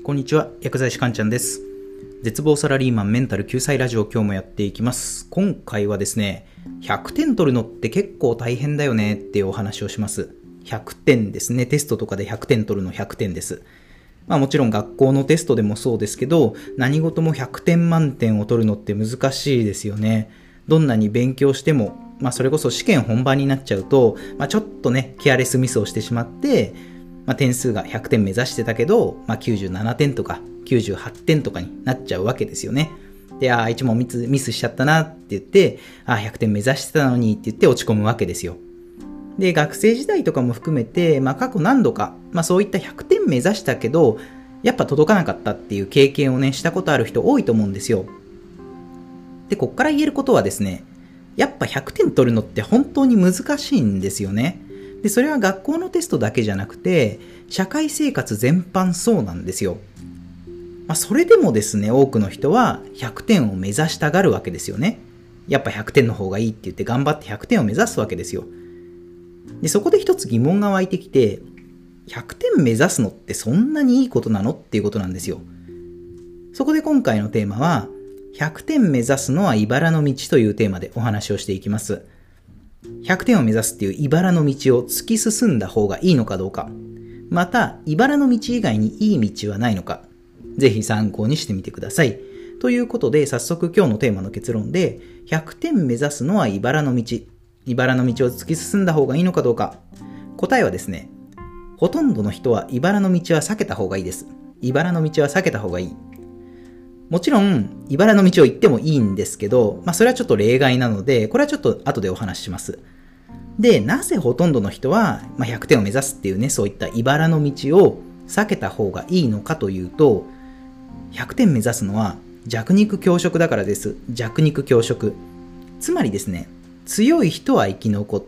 こんにちは、薬剤師かんちゃんです。絶望サラリーマンメンタル救済ラジオ、今日もやっていきます。今回はですね、100点取るのって結構大変だよねっていうお話をします。100点ですね。テストとかで100点取るの100点です。もちろん学校のテストでもそうですけど、何事も100点満点を取るのって難しいですよね。どんなに勉強しても、それこそ試験本番になっちゃうと、ちょっとね、ケアレスミスをしてしまって、点数が100点目指してたけど、97点とか98点とかになっちゃうわけですよね。で、1問ミスしちゃったなって言って、100点目指してたのにって言って落ち込むわけですよ。で、学生時代とかも含めて、過去何度か、そういった100点目指したけど、やっぱ届かなかったっていう経験をね、したことある人多いと思うんですよ。で、こっから言えることはですね、やっぱ100点取るのって本当に難しいんですよね。で、それは学校のテストだけじゃなくて、社会生活全般そうなんですよ。それでもですね、多くの人は100点を目指したがるわけですよね。やっぱ100点の方がいいって言って頑張って100点を目指すわけですよ。で、そこで一つ疑問が湧いてきて、100点目指すのってそんなにいいことなのっていうことなんですよ。そこで今回のテーマは、100点目指すのは茨の道というテーマでお話をしていきます。100点を目指すっていう茨の道を突き進んだ方がいいのかどうか、また茨の道以外にいい道はないのか、ぜひ参考にしてみてください。ということで、早速今日のテーマの結論で、100点目指すのは茨の道。茨の道を突き進んだ方がいいのかどうか。答えはですね、ほとんどの人は茨の道は避けた方がいいです。茨の道は避けた方がいい。もちろん、茨の道を行ってもいいんですけど、それはちょっと例外なので、これはちょっと後でお話しします。で、なぜほとんどの人は、100点を目指すっていうね、そういった茨の道を避けた方がいいのかというと、100点目指すのは弱肉強食だからです。弱肉強食。つまりですね、強い人は生き残って、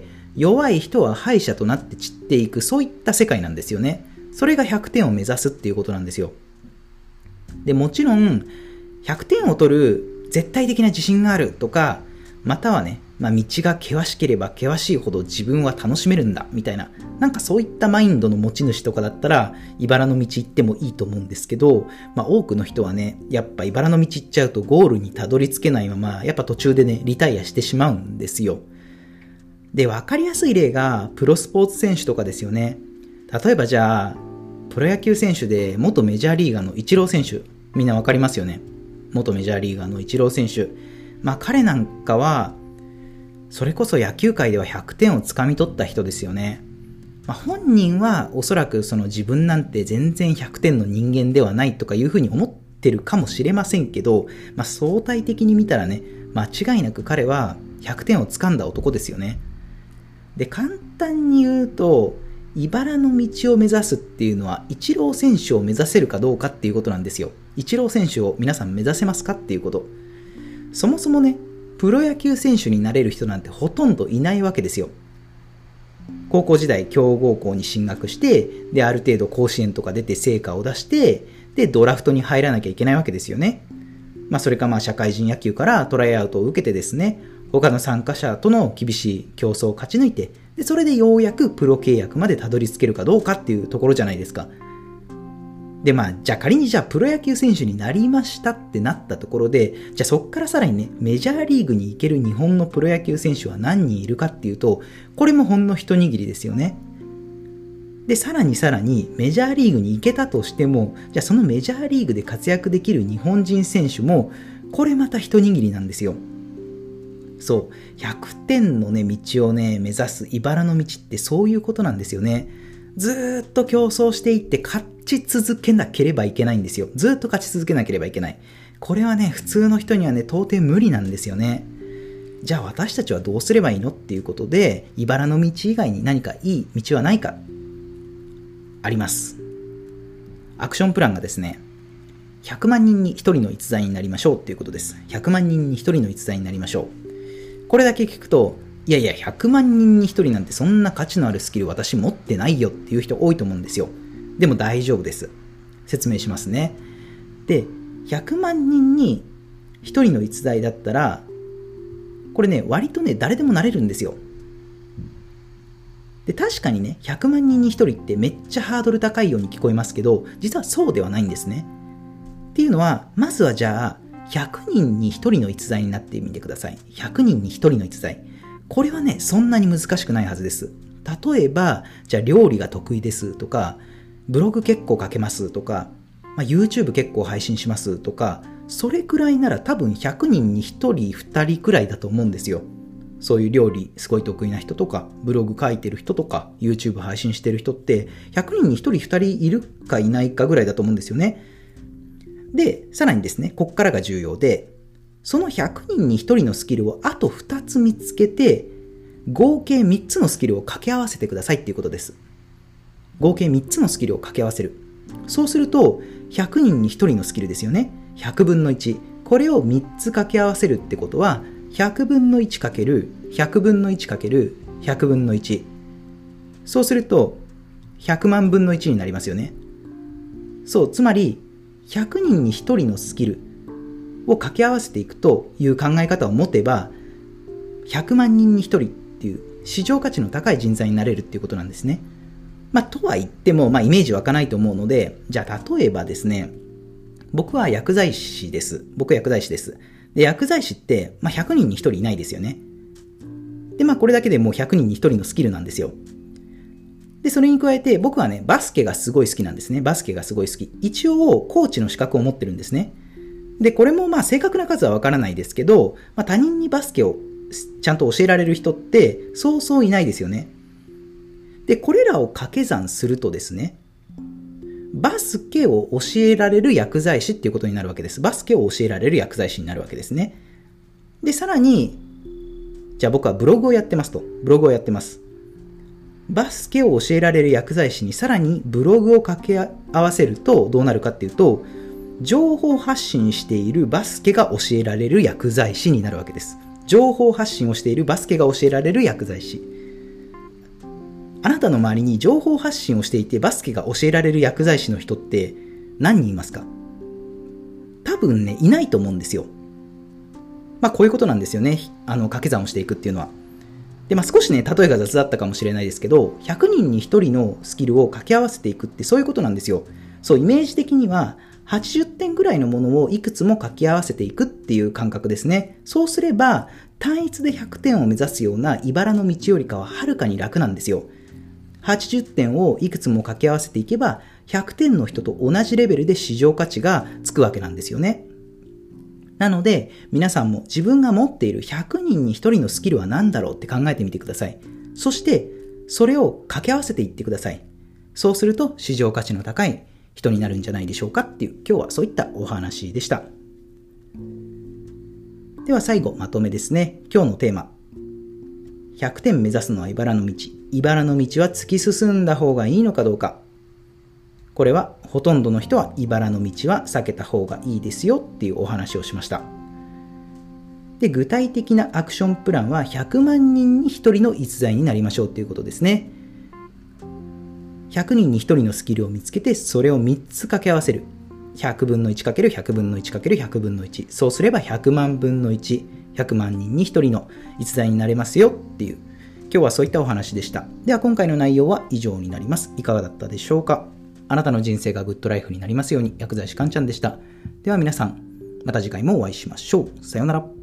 弱い人は敗者となって散っていく、そういった世界なんですよね。それが100点を目指すっていうことなんですよ。で、もちろん、100点を取る絶対的な自信があるとか、またはね、道が険しければ険しいほど自分は楽しめるんだ、みたいな、そういったマインドの持ち主とかだったら、茨の道行ってもいいと思うんですけど、多くの人はね、やっぱ茨の道行っちゃうとゴールにたどり着けないまま、やっぱ途中でね、リタイアしてしまうんですよ。で、わかりやすい例が、プロスポーツ選手とかですよね。例えばじゃあ、プロ野球選手で元メジャーリーガーのイチロー選手、みんなわかりますよね。元メジャーリーガーのイチロー選手。彼なんかは、それこそ野球界では100点をつかみ取った人ですよね。本人はおそらくその自分なんて全然100点の人間ではないとかいうふうに思ってるかもしれませんけど、相対的に見たらね、間違いなく彼は100点をつかんだ男ですよね。で、簡単に言うと、茨の道を目指すっていうのは、イチロー選手を目指せるかどうかっていうことなんですよ。イチロー選手を皆さん目指せますかっていうこと。そもそもね、プロ野球選手になれる人なんてほとんどいないわけですよ。高校時代、強豪校に進学して、で、ある程度甲子園とか出て成果を出して、で、ドラフトに入らなきゃいけないわけですよね。それか社会人野球からトライアウトを受けてですね、他の参加者との厳しい競争を勝ち抜いて、で、それでようやくプロ契約までたどり着けるかどうかっていうところじゃないですか。で、じゃあ仮にプロ野球選手になりましたってなったところで、じゃあそっからさらにね、メジャーリーグに行ける日本のプロ野球選手は何人いるかっていうと、これもほんの一握りですよね。で、さらにメジャーリーグに行けたとしても、じゃあそのメジャーリーグで活躍できる日本人選手も、これまた一握りなんですよ。そう、100点のね、道をね、目指す茨の道ってそういうことなんですよね。ずーっと競争していって勝ち続けなければいけないんですよ。ずーっと勝ち続けなければいけない。これはね、普通の人にはね、到底無理なんですよね。じゃあ私たちはどうすればいいのっていうことで、茨の道以外に何かいい道はないか、あります。アクションプランがですね、100万人に1人の逸材になりましょうっていうことです。100万人に1人の逸材になりましょう。これだけ聞くと、いやいや、100万人に1人なんてそんな価値のあるスキル私持ってないよっていう人多いと思うんですよ。でも大丈夫です。説明しますね。で、100万人に1人の逸材だったら、これね、割とね、誰でもなれるんですよ。 で、確かにね、100万人に1人ってめっちゃハードル高いように聞こえますけど、実はそうではないんですね。っていうのは、まずはじゃあ、100人に1人の逸材になってみてください。100人に1人の逸材。これはね、そんなに難しくないはずです。例えば、じゃあ料理が得意ですとか、ブログ結構書けますとか、YouTube 結構配信しますとか、それくらいなら多分100人に1人2人くらいだと思うんですよ。そういう料理すごい得意な人とか、ブログ書いてる人とか、YouTube 配信してる人って100人に1人2人いるかいないかぐらいだと思うんですよね。で、さらにですね、こっからが重要で、その100人に1人のスキルをあと2つ見つけて、合計3つのスキルを掛け合わせてくださいっていうことです。合計3つのスキルを掛け合わせる。そうすると、100人に1人のスキルですよね。100分の1。これを3つ掛け合わせるってことは、100分の 1×100 分の 1×100 分の1。そうすると、100万分の1になりますよね。そう、つまり、100人に1人のスキルを掛け合わせていくという考え方を持てば、100万人に1人っていう市場価値の高い人材になれるっていうことなんですね。とは言っても、イメージ湧かないと思うので、じゃあ例えばですね、僕は薬剤師です。で、薬剤師って、100人に1人いないですよね。で、これだけでもう100人に1人のスキルなんですよ。で、それに加えて僕はね、バスケがすごい好きなんですね。バスケがすごい好き。一応、コーチの資格を持ってるんですね。で、これも正確な数はわからないですけど、他人にバスケをちゃんと教えられる人ってそうそういないですよね。で、これらを掛け算するとですね、バスケを教えられる薬剤師っていうことになるわけです。バスケを教えられる薬剤師になるわけですね。で、さらに、じゃあ僕はブログをやってますと。ブログをやってます。バスケを教えられる薬剤師にさらにブログを掛け合わせるとどうなるかっていうと、情報発信しているバスケが教えられる薬剤師になるわけです。情報発信をしているバスケが教えられる薬剤師。あなたの周りに情報発信をしていてバスケが教えられる薬剤師の人って何人いますか？多分ね、いないと思うんですよ。こういうことなんですよね。掛け算をしていくっていうのは。で、少しね、例えが雑だったかもしれないですけど、100人に1人のスキルを掛け合わせていくってそういうことなんですよ。そう、イメージ的には80点ぐらいのものをいくつも掛け合わせていくっていう感覚ですね。そうすれば、単一で100点を目指すような茨の道よりかははるかに楽なんですよ。80点をいくつも掛け合わせていけば、100点の人と同じレベルで市場価値がつくわけなんですよね。なので、皆さんも自分が持っている100人に1人のスキルは何だろうって考えてみてください。そして、それを掛け合わせていってください。そうすると、市場価値の高い人になるんじゃないでしょうかっていう、今日はそういったお話でした。では最後、まとめですね。今日のテーマ。100点目指すのは茨の道。茨の道は突き進んだ方がいいのかどうか。これはほとんどの人は茨の道は避けた方がいいですよっていうお話をしました。で、具体的なアクションプランは100万人に1人の逸材になりましょうっていうことですね。100人に1人のスキルを見つけて、それを3つ掛け合わせる。100分の 1×100 分の 1×100 分の1。そうすれば100万分の1。100万人に1人の逸材になれますよっていう、今日はそういったお話でした。では今回の内容は以上になります。いかがだったでしょうか？あなたの人生がグッドライフになりますように。薬剤師かんちゃんでした。では皆さん、また次回もお会いしましょう。さようなら。